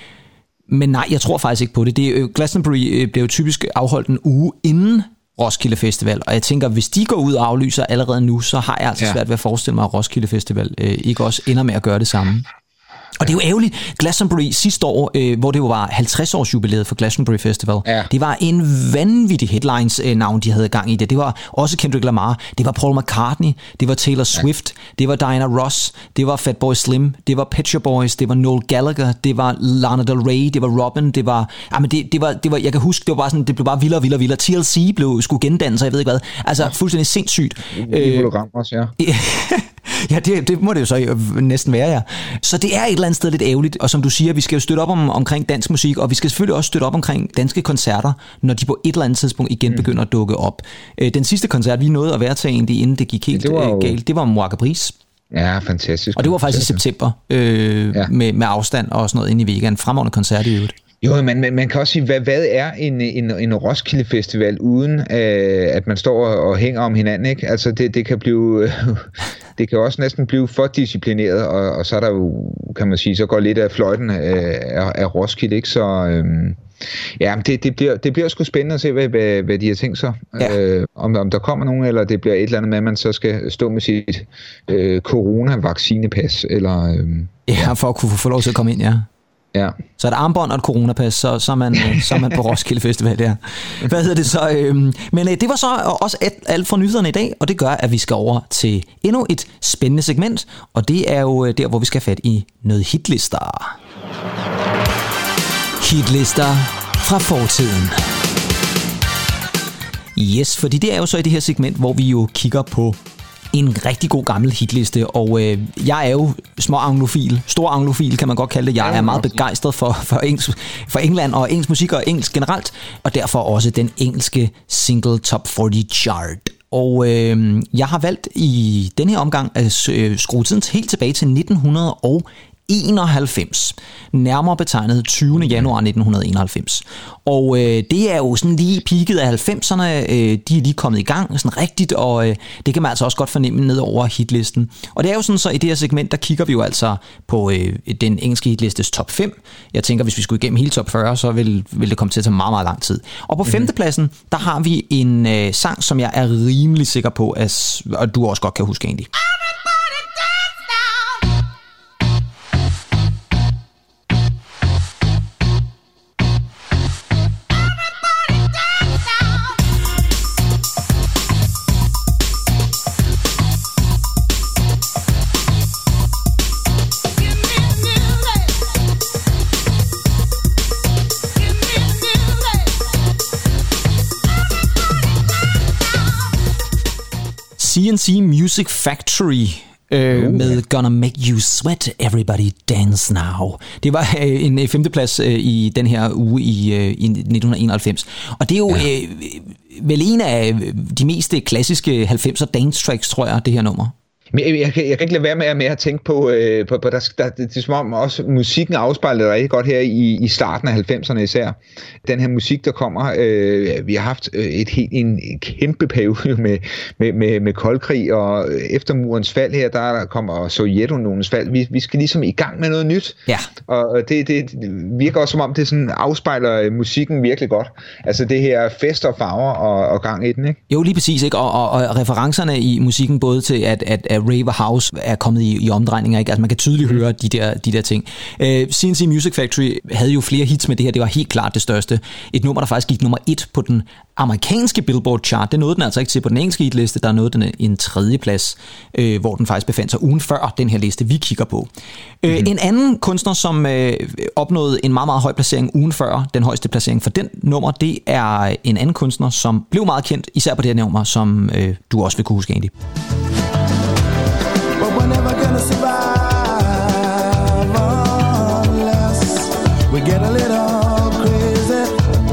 Men nej, jeg tror faktisk ikke på det. Glastonbury bliver jo typisk afholdt en uge inden Roskilde Festival, og jeg tænker, hvis de går ud og aflyser allerede nu, så har jeg altså svært ved at forestille mig, at Roskilde Festival ikke også ender med at gøre det samme. Og det er jo ærgerligt. Glastonbury sidste år, hvor det jo var 50 års jubilæet for Glastonbury Festival, det var en vanvittig headlines-navn, de havde gang i det. Det var også Kendrick Lamar, det var Paul McCartney, det var Taylor Swift, det var Diana Ross, det var Fatboy Slim, det var Pet Shop Boys, det var Noel Gallagher, det var Lana Del Rey, det var Robin, det var, jeg kan huske, det var bare sådan, det blev bare vildere. TLC skulle gendanne sig, jeg ved ikke hvad. Altså fuldstændig sindssygt. Hologram også, ja. Ja, det må det jo så næsten være, ja. Så det er et eller andet sted lidt ærgerligt, og som du siger, vi skal jo støtte op omkring dansk musik, og vi skal selvfølgelig også støtte op omkring danske koncerter, når de på et eller andet tidspunkt igen begynder at dukke op. Den sidste koncert, vi nåede at være til egentlig, inden det gik helt galt, det var Moi Caprice. Ja, fantastisk. Og det var faktisk i september, med afstand og sådan noget inde i weekenden. Fremragende koncert i øvrigt. Jo, men man kan også sige, hvad er en Roskilde Festival, uden at man står og hænger om hinanden, ikke? Altså, det kan blive... Det kan også næsten blive for disciplineret, og så er der jo, kan man sige, så går lidt af fløjten af Roskilde, ikke? Så det bliver sgu spændende at se, hvad de har tænkt sig. Ja. Om der kommer nogen, eller det bliver et eller andet med, at man så skal stå med sit coronavaccinepas, eller... for at kunne få lov til at komme ind, ja. Ja. Så et armbånd og et coronapas, så er man på Roskilde Festival, ja. Hvad hedder det så? Men det var så også alt fra nyhederne i dag, og det gør, at vi skal over til endnu et spændende segment, og det er jo der, hvor vi skal have fat i noget hitlister. Hitlister fra fortiden. Yes, fordi det er jo så i det her segment, hvor vi jo kigger på en rigtig god gammel hitliste, og jeg er jo stor anglofil, kan man godt kalde det. Jeg er meget begejstret for England og engelsk musik og engelsk generelt, og derfor også den engelske single top 40 chart. Og jeg har valgt i den her omgang at skrue tiden helt tilbage til 1991, nærmere betegnet 20. januar 1991. Og det er jo sådan lige peaket af 90'erne, de er lige kommet i gang sådan rigtigt, og det kan man altså også godt fornemme ned over hitlisten. Og det er jo sådan, så i det her segment, der kigger vi jo altså på den engelske hitlistes top 5. Jeg tænker, hvis vi skulle igennem hele top 40, så vil det komme til at tage meget, meget lang tid. Og på femtepladsen, der har vi en sang, som jeg er rimelig sikker på, at du også godt kan huske egentlig. PNC Music Factory med Gonna Make You Sweat, Everybody Dance Now. Det var en femteplads i den her uge i 1991. Og det er jo vel en af de mest klassiske 90'er dance tracks, tror jeg, det her nummer. Men jeg kan ikke lade være med at tænke på det er som om også musikken afspejler rigtig godt her i starten af 90'erne især. Den her musik, der kommer, vi har haft en kæmpe periode med koldkrig, og efter murens fald her, der kommer Sovjetunionens fald. Vi skal ligesom i gang med noget nyt. Ja. Og det virker også som om, det sådan afspejler musikken virkelig godt. Altså det her fest og farver og gang i den, ikke? Jo, lige præcis, ikke? Og referencerne i musikken, både til at Rave House er kommet i omdrejninger, ikke? Altså man kan tydeligt høre de der ting. CNC Music Factory havde jo flere hits med det her, det var helt klart det største. Et nummer, der faktisk gik nummer 1 på den amerikanske Billboard chart, det nåede den altså ikke til på den engelske hitliste, der nåede den en 3. plads, hvor den faktisk befandt sig ugen før den her liste, vi kigger på. En anden kunstner, som opnåede en meget, meget høj placering ugen før, den højeste placering for den nummer, det er en anden kunstner, som blev meget kendt, især på det her nummer, som du også vil kunne huske, Andy. We're never gonna survive unless we get a little crazy.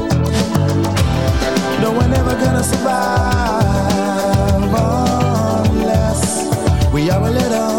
No, we're never gonna survive unless we are a little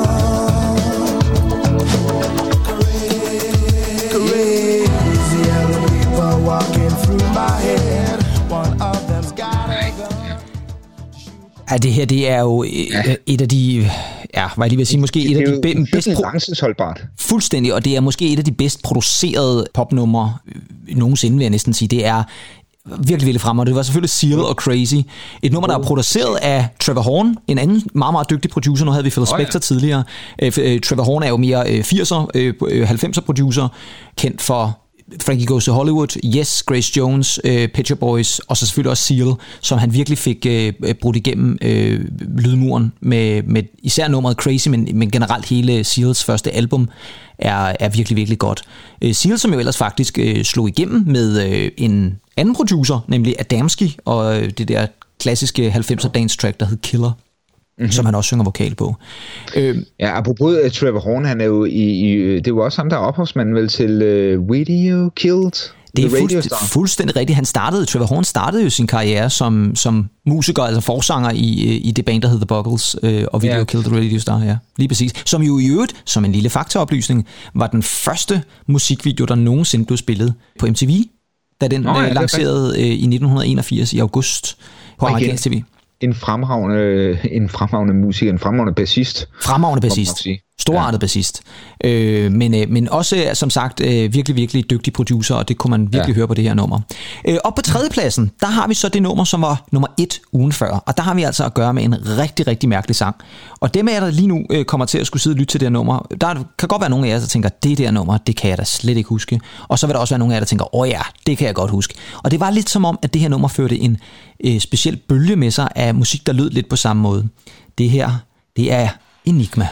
crazy. People walking through my head. One of them's gotta go. Ja, det her, det er jo et af de... Ja, hvad jeg lige vil sige, måske et af de bedst langtidsholdbart. Fuldstændig, og det er måske et af de bedst producerede popnumre nogensinde, vil jeg næsten sige. Det er virkelig, virkelig fremragende. Det var selvfølgelig Seal og Crazy. Et nummer, der er produceret af Trevor Horn, en anden meget, meget dygtig producer. Nu havde vi Phil Spector tidligere. Trevor Horn er jo mere 80'er, 90'er producer, kendt for Frankie Goes to Hollywood, Yes, Grace Jones, Pet Shop Boys, og så selvfølgelig også Seal, som han virkelig fik brudt igennem lydmuren med især nummeret Crazy, men generelt hele Seals første album er virkelig, virkelig godt. Seal, som jo ellers faktisk slog igennem med en anden producer, nemlig Adamski, og det der klassiske 90'er dance track, der hed Killer. Som han også synger vokal på. Ja, apropos Trevor Horn, han er jo det er jo også ham, der er ophavsmanden vel til Video Killed. Det er fuldstændig rigtigt. Trevor Horn startede jo sin karriere som musiker, altså forsanger i det band, der hedder The Buggles, og Video Killed the Radio Star, ja. Lige præcis. Som jo i øvrigt, som en lille faktaoplysning, var den første musikvideo, der nogensinde blev spillet på MTV, da den lancerede i 1981 i august på amerikansk TV. En fremragende musiker, en fremragende bassist. Storartet bassist. Men også, som sagt, virkelig, virkelig dygtig producer, og det kunne man virkelig høre på det her nummer. Og på 3. pladsen, der har vi så det nummer, som var nummer 1 ugen før. Og der har vi altså at gøre med en rigtig, rigtig mærkelig sang. Og dem af jer, der lige nu kommer til at skulle sidde og lytte til det her nummer, der kan godt være nogle af jer, der tænker, det der nummer, det kan jeg da slet ikke huske. Og så vil der også være nogle af jer, der tænker, ja, det kan jeg godt huske. Og det var lidt som om, at det her nummer førte en speciel bølge med sig af musik, der lød lidt på samme måde. Det her, det er Enigma.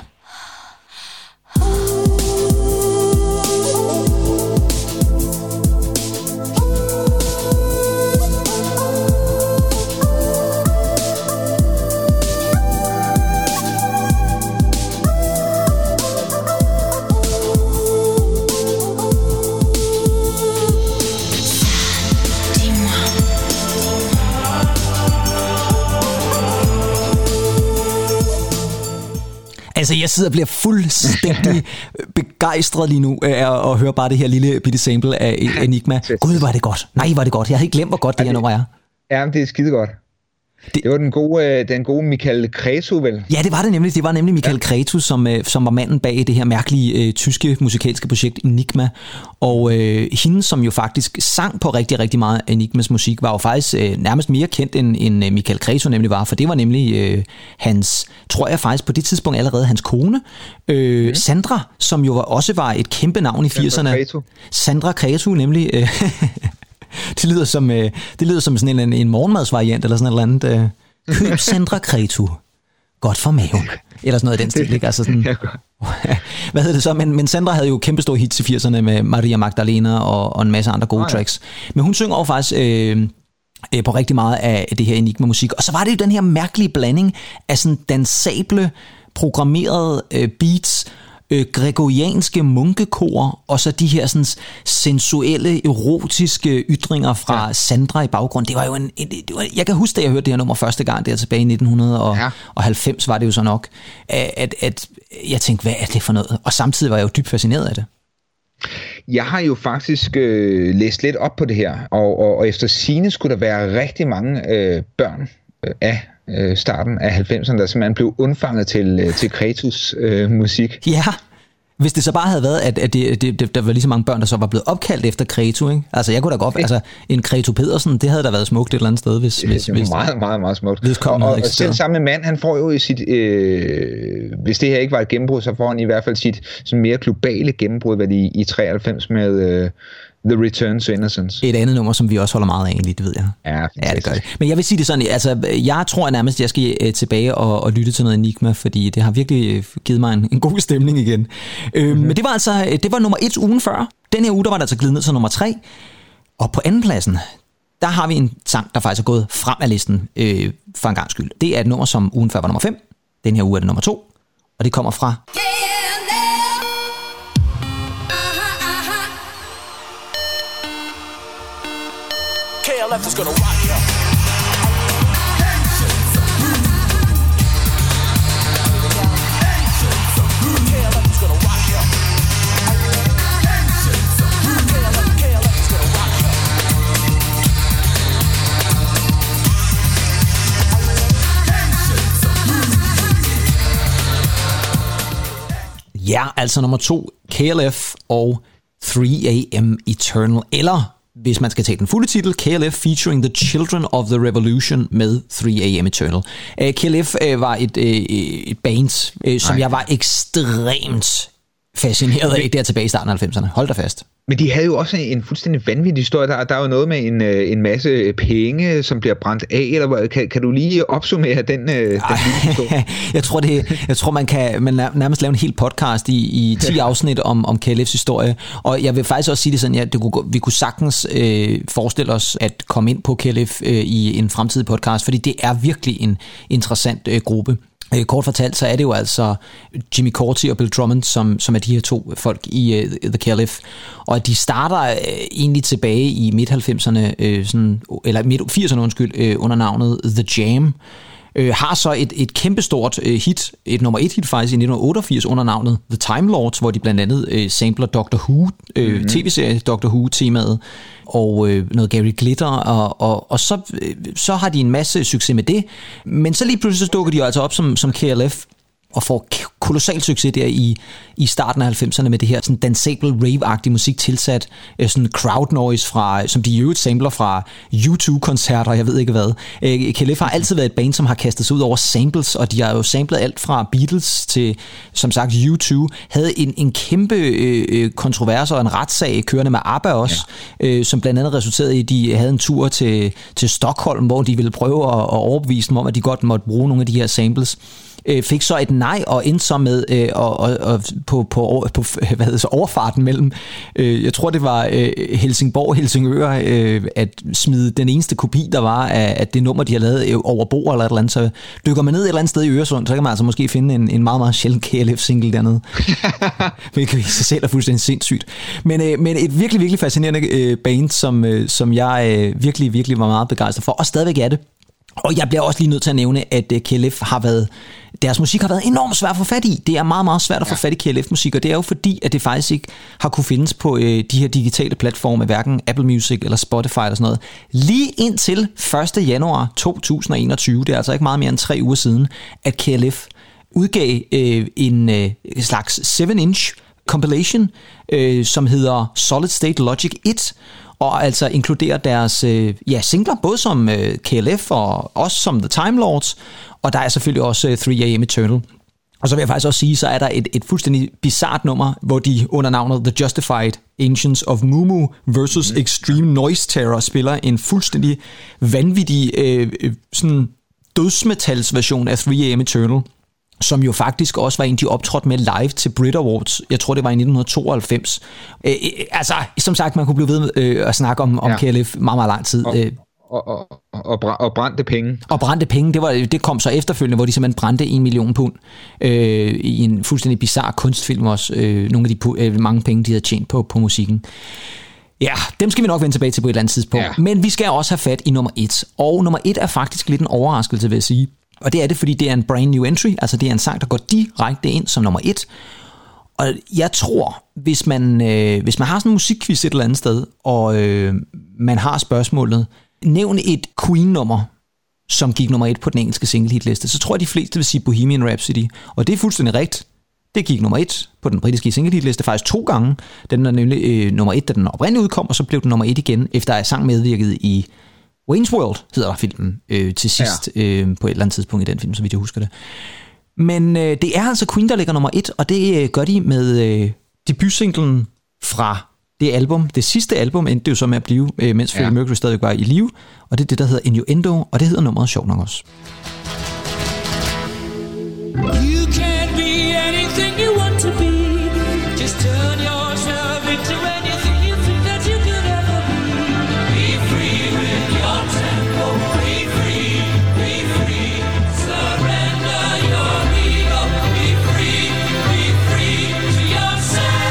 Altså, jeg sidder og bliver fuldstændig begejstret lige nu at høre bare det her lille bitte sample af Enigma. Gud, var det godt. Nej, var det godt. Jeg havde ikke glemt, hvor godt det her nummer er. Ja, det er skide godt. Det var den gode Michael Cretu, vel? Ja, det var det nemlig. Det var nemlig Michael Cretu, som var manden bag det her mærkelige tyske musikalske projekt Enigma. Og hende, som jo faktisk sang på rigtig, rigtig meget af Enigmas musik, var jo faktisk nærmest mere kendt end Michael Cretu nemlig var. For det var nemlig hans, tror jeg faktisk på det tidspunkt allerede, hans kone, Sandra, som jo også var et kæmpe navn i 80'erne. Sandra Cretu, nemlig... Det lyder som sådan en morgenmadsvariant eller sådan et eller andet. Køb Sandra Cretu. Godt for maven. Eller sådan noget i den stil, ikke? Altså sådan, hvad hedder det så? Men Sandra havde jo kæmpe store hits i 80'erne med Maria Magdalena og en masse andre gode tracks. Men hun synger også faktisk på rigtig meget af det her Enigma-musik. Og så var det jo den her mærkelige blanding af sådan dansable, programmerede beats, gregorianske munkekor, og så de her sådan sensuelle, erotiske ytringer fra Sandra i baggrunden. Det var jo jeg kan huske, da jeg hørte det her nummer første gang, der tilbage i 1990, var det jo så nok, at jeg tænkte, hvad er det for noget? Og samtidig var jeg jo dybt fascineret af det. Jeg har jo faktisk læst lidt op på det her, og efter sigende skulle der være rigtig mange børn af starten af 90'erne, der simpelthen blev undfanget til Kretus musik. Ja, hvis det så bare havde været, at der var lige så mange børn, der så var blevet opkaldt efter Kretu, ikke? Altså jeg kunne da godt, altså en Kretu Pedersen, det havde da været smukt et eller andet sted, hvis meget, meget, meget smukt. Og selv samme mand, han får jo i sit, hvis det her ikke var et gennembrud, så får han i hvert fald sit sådan mere globale gennembrud, hvad det i 93 med The Return to Innocence. Et andet nummer, som vi også holder meget af egentlig, det ved jeg. Ja, det gør det. Men jeg vil sige det sådan, altså jeg tror nærmest, at jeg skal tilbage og lytte til noget Enigma, fordi det har virkelig givet mig en god stemning igen. Men det var altså, det var nummer 1 ugen før. Den her uge, der var der altså glidet ned til nummer 3. Og på andenpladsen, der har vi en sang, der faktisk er gået frem af listen for en gang skyld. Det er et nummer, som ugen før var nummer 5. Den her uge er det nummer 2. Og det kommer fra... KLF is gonna rock ya. KLF is gonna rock ya. KLF is gonna rock ya. Ja, altså nummer 2, KLF og 3AM Eternal, eller hvis man skal tage den fulde titel, KLF featuring The Children of the Revolution med 3AM Eternal. KLF var et band, som jeg var ekstremt fascineret af der tilbage i starten af 90'erne. Hold da fast. Men de havde jo også en fuldstændig vanvittig historie. Der er jo noget med en masse penge, som bliver brændt af. Eller kan du lige opsummere den historie? Jeg tror man nærmest lave en hel podcast i 10 afsnit om KLF's historie. Og jeg vil faktisk også sige det sådan, vi kunne sagtens forestille os at komme ind på KLF i en fremtidig podcast, fordi det er virkelig en interessant gruppe. Kort fortalt, så er det jo altså Jimmy Corti og Bill Drummond, som er de her to folk i The KLF. Og de starter egentlig tilbage i midt-90'erne, eller midt-80'erne under navnet The Jam. Har så et kæmpestort hit, et nummer 1 hit faktisk i 1988 under navnet The Time Lords, hvor de blandt andet sampler Doctor Who, tv-serie Doctor Who-temaet, og noget Gary Glitter, og så har de en masse succes med det, men så lige pludselig så dukker de altså op som KLF, og får kolossal succes der i starten af 90'erne med det her sådan dansable rave-agtige musik tilsat sådan crowd noise fra, som de i øvrigt sampler fra U2-koncerter, jeg ved ikke hvad. KLF har altid været et band, som har kastet sig ud over samples, og de har jo samlet alt fra Beatles til, som sagt, U2. Havde en kæmpe kontrovers og en retssag kørende med ABBA også, som blandt andet resulterede i, at de havde en tur til Stockholm, hvor de ville prøve at overbevise dem om, at de godt måtte bruge nogle af de her samples. Fik så et nej og endte så med på overfarten mellem, jeg tror det var Helsingborg og Helsingør, at smide den eneste kopi, der var af det nummer, de har lavet over bord eller et eller andet. Så dykker man ned et eller andet sted i Øresund, så kan man altså måske finde en meget, meget sjælden KLF-single dernede. Hvilket i sig selv er fuldstændig sindssygt. Men et virkelig, virkelig fascinerende band, som jeg virkelig, virkelig var meget begejstret for, og stadigvæk er det. Og jeg bliver også lige nødt til at nævne, at KLF deres musik har været enormt svært at få fat i. Det er meget, meget svært at få fat i KLF-musik, og det er jo fordi, at det faktisk ikke har kunne findes på de her digitale platforme, hverken Apple Music eller Spotify eller sådan noget. Lige indtil 1. januar 2021, det er altså ikke meget mere end 3 uger siden, at KLF udgav en slags 7-inch compilation, som hedder Solid State Logic 1, og altså inkluderer deres singler, både som KLF og også som The Time Lords, og der er selvfølgelig også 3AM Eternal. Og så vil jeg faktisk også sige, så er der et fuldstændig bizart nummer, hvor de under navnet The Justified Ancients of Mumu versus Extreme Noise Terror spiller en fuldstændig vanvittig sådan dødsmetalsversion af 3AM Eternal, som jo faktisk også var en, de optrådte med live til Brit Awards. Jeg tror, det var i 1992. Altså, som sagt, man kunne blive ved at snakke om KLF meget, meget lang tid. Og brændte penge. Og brændte penge, det kom så efterfølgende, hvor de simpelthen brændte 1 million pund i en fuldstændig bizarre kunstfilm også. Nogle af de mange penge, de havde tjent på musikken. Ja, dem skal vi nok vende tilbage til på et eller andet tidspunkt. Ja. Men vi skal også have fat i nummer 1. Og nummer 1 er faktisk lidt en overraskelse, vil jeg sige. Og det er det, fordi det er en brand new entry. Altså det er en sang, der går direkte ind som nummer 1. Og jeg tror, hvis man har sådan en musikquiz et eller andet sted, og man har spørgsmålet, nævn et Queen-nummer, som gik nummer 1 på den engelske single-hitliste, så tror jeg, de fleste vil sige Bohemian Rhapsody. Og det er fuldstændig rigtigt. Det gik nummer 1 på den britiske single-hitliste faktisk 2 gange. Den er nemlig nummer 1, da den oprindeligt udkom, og så blev den nummer 1 igen, efter at sang medvirkede i Wayne's World, hedder der filmen, til sidst på et eller andet tidspunkt i den film, så vidt jeg husker det. Men det er altså Queen, der ligger nummer 1, og det gør de med debutsinglen fra det album. Det sidste album endte det jo så med at blive, mens Freddie Mercury stadig var i live, og det er det, der hedder Innuendo, og det hedder nummeret sjovt nok også. You can be anything you want to be. Just turn yourself into anything you think that you could ever be. Be free with your tempo. Be free, be free. Surrender your ego. Be free to yourself.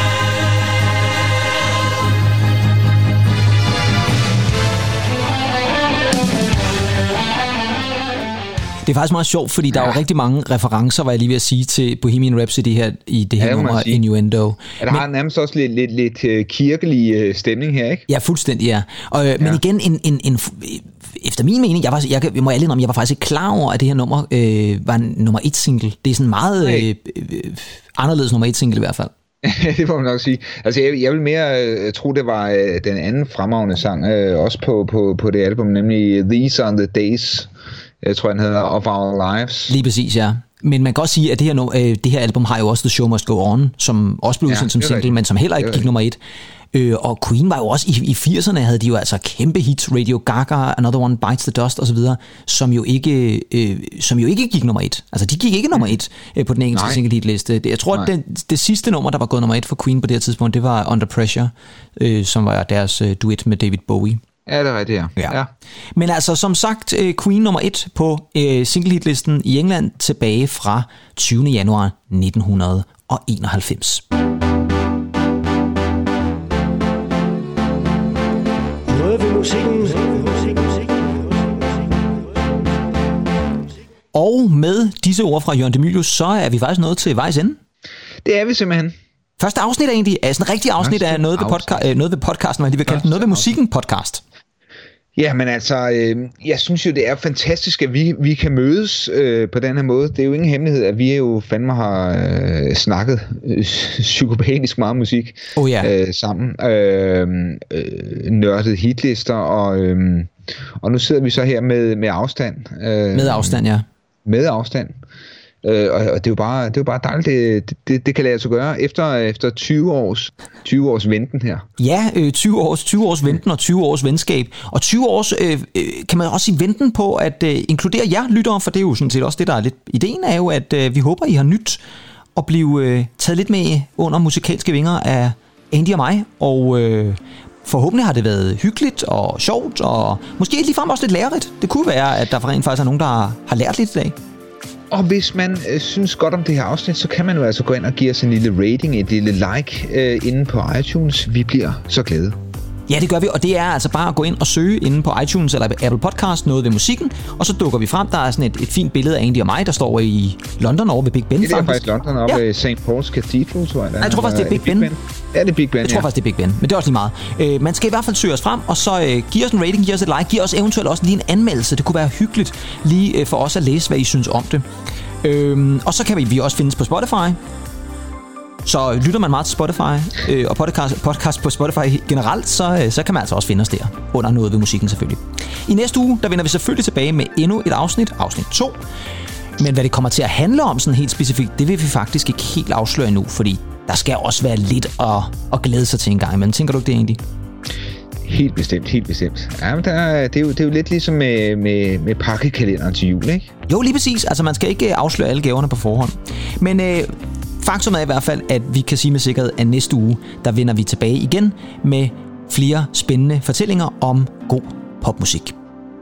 Det er faktisk meget sjovt, fordi der er jo rigtig mange referencer, var jeg lige ved at sige, til Bohemian Rhapsody her i det her nummer Innuendo. Ja, der har nærmest også lidt kirkelig stemning her, ikke? Ja, fuldstændig, ja. Men igen, efter min mening, jeg må ærlig indrømme, jeg var faktisk ikke klar over, at det her nummer var en nummer 1 single. Det er sådan meget anderledes nummer 1 single i hvert fald. Det må man nok sige. Altså, jeg vil mere tro, det var den anden fremragende sang, også på det album, nemlig These Are the Days. Jeg tror, den hedder Of Our Lives. Lige præcis, ja. Men man kan også sige, at det her album har jo også The Show Must Go On, som også blev udsendt som single, men som heller ikke gik nummer 1. Og Queen var jo også i 80'erne, havde de jo altså kæmpe hits, Radio Gaga, Another One Bites the Dust osv., som jo ikke gik nummer 1. Altså, de gik ikke nummer 1 på den engelske single hitliste. Jeg tror, at det sidste nummer, der var gået nummer 1 for Queen på det her tidspunkt, det var Under Pressure, som var deres duet med David Bowie. Ja, det er rigtigt, ja. Men altså, som sagt, Queen nummer 1 på single-hitlisten i England tilbage fra 20. januar 1991. Noget ved musikken. Og med disse ord fra Jørgen de Mylius, så er vi faktisk nået til vejs ende. Det er vi simpelthen. Første afsnit egentlig er sådan en rigtig afsnit af noget ved podcasten, man lige vil kalde det, noget ved musikken podcast. Ja, men altså, jeg synes jo, det er fantastisk, at vi kan mødes på den her måde. Det er jo ingen hemmelighed, at vi jo fandme har snakket psykopatisk meget musik sammen. Nørdet hitlister, og nu sidder vi så her med afstand. Med afstand, ja. Med afstand. Og det er jo bare dejligt, det kan lade sig gøre efter 20 års venten her. Ja, 20 års venten og 20 års venskab. Og 20 års, kan man også sige, venten på at inkludere jer lyttere, for det er jo sådan set også det, der er lidt ideen, er jo, at vi håber, I har nyt at blive taget lidt med under musikalske vinger af Andy og mig, og forhåbentlig har det været hyggeligt og sjovt, og måske ligefrem også lidt lærerigt. Det kunne være, at der rent faktisk er nogen, der har lært lidt i dag. Og hvis man synes godt om det her afsnit, så kan man jo altså gå ind og give os en lille rating, et lille like inde på iTunes. Vi bliver så glade. Ja, det gør vi, og det er altså bare at gå ind og søge inde på iTunes eller Apple Podcast, noget ved musikken, og så dukker vi frem. Der er sådan et fint billede af Andy og mig, der står i London over ved Big Ben. Det er faktisk London over ved St. Paul's Cathedral, tror jeg. Jeg tror faktisk, det er Big Ben. Ja, det er Big Ben, Jeg tror faktisk, det er Big Ben, men det er også lige meget. Man skal i hvert fald søge os frem, og så giv os en rating, giv os et like, giv os eventuelt også lige en anmeldelse. Det kunne være hyggeligt lige for os at læse, hvad I synes om det. Og så kan vi også findes på Spotify. Så lytter man meget til Spotify og podcast på Spotify generelt, så kan man altså også finde os der under noget ved musikken selvfølgelig. I næste uge, der vender vi selvfølgelig tilbage med endnu et afsnit 2. Men hvad det kommer til at handle om sådan helt specifikt, det vil vi faktisk ikke helt afsløre endnu, fordi der skal også være lidt at glæde sig til en gang imellem. Tænker du ikke det egentlig? Helt bestemt. Ja, men det er jo lidt ligesom med pakkekalenderen til jul, ikke? Jo, lige præcis. Altså, man skal ikke afsløre alle gaverne på forhånd. Men faktum er i hvert fald, at vi kan sige med sikkerhed, at næste uge, der vender vi tilbage igen med flere spændende fortællinger om god popmusik.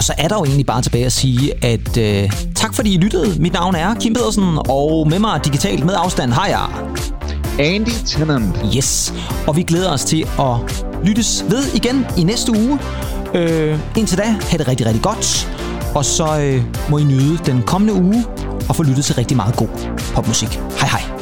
så er der jo egentlig bare tilbage at sige, at tak fordi I lyttede. Mit navn er Kim Pedersen, og med mig digitalt med afstand har jeg Andy Tennant. Yes, og vi glæder os til at lyttes ved igen i næste uge. Indtil da, have det rigtig, rigtig godt. Og så må I nyde den kommende uge og få lyttet til rigtig meget god popmusik. Hej hej.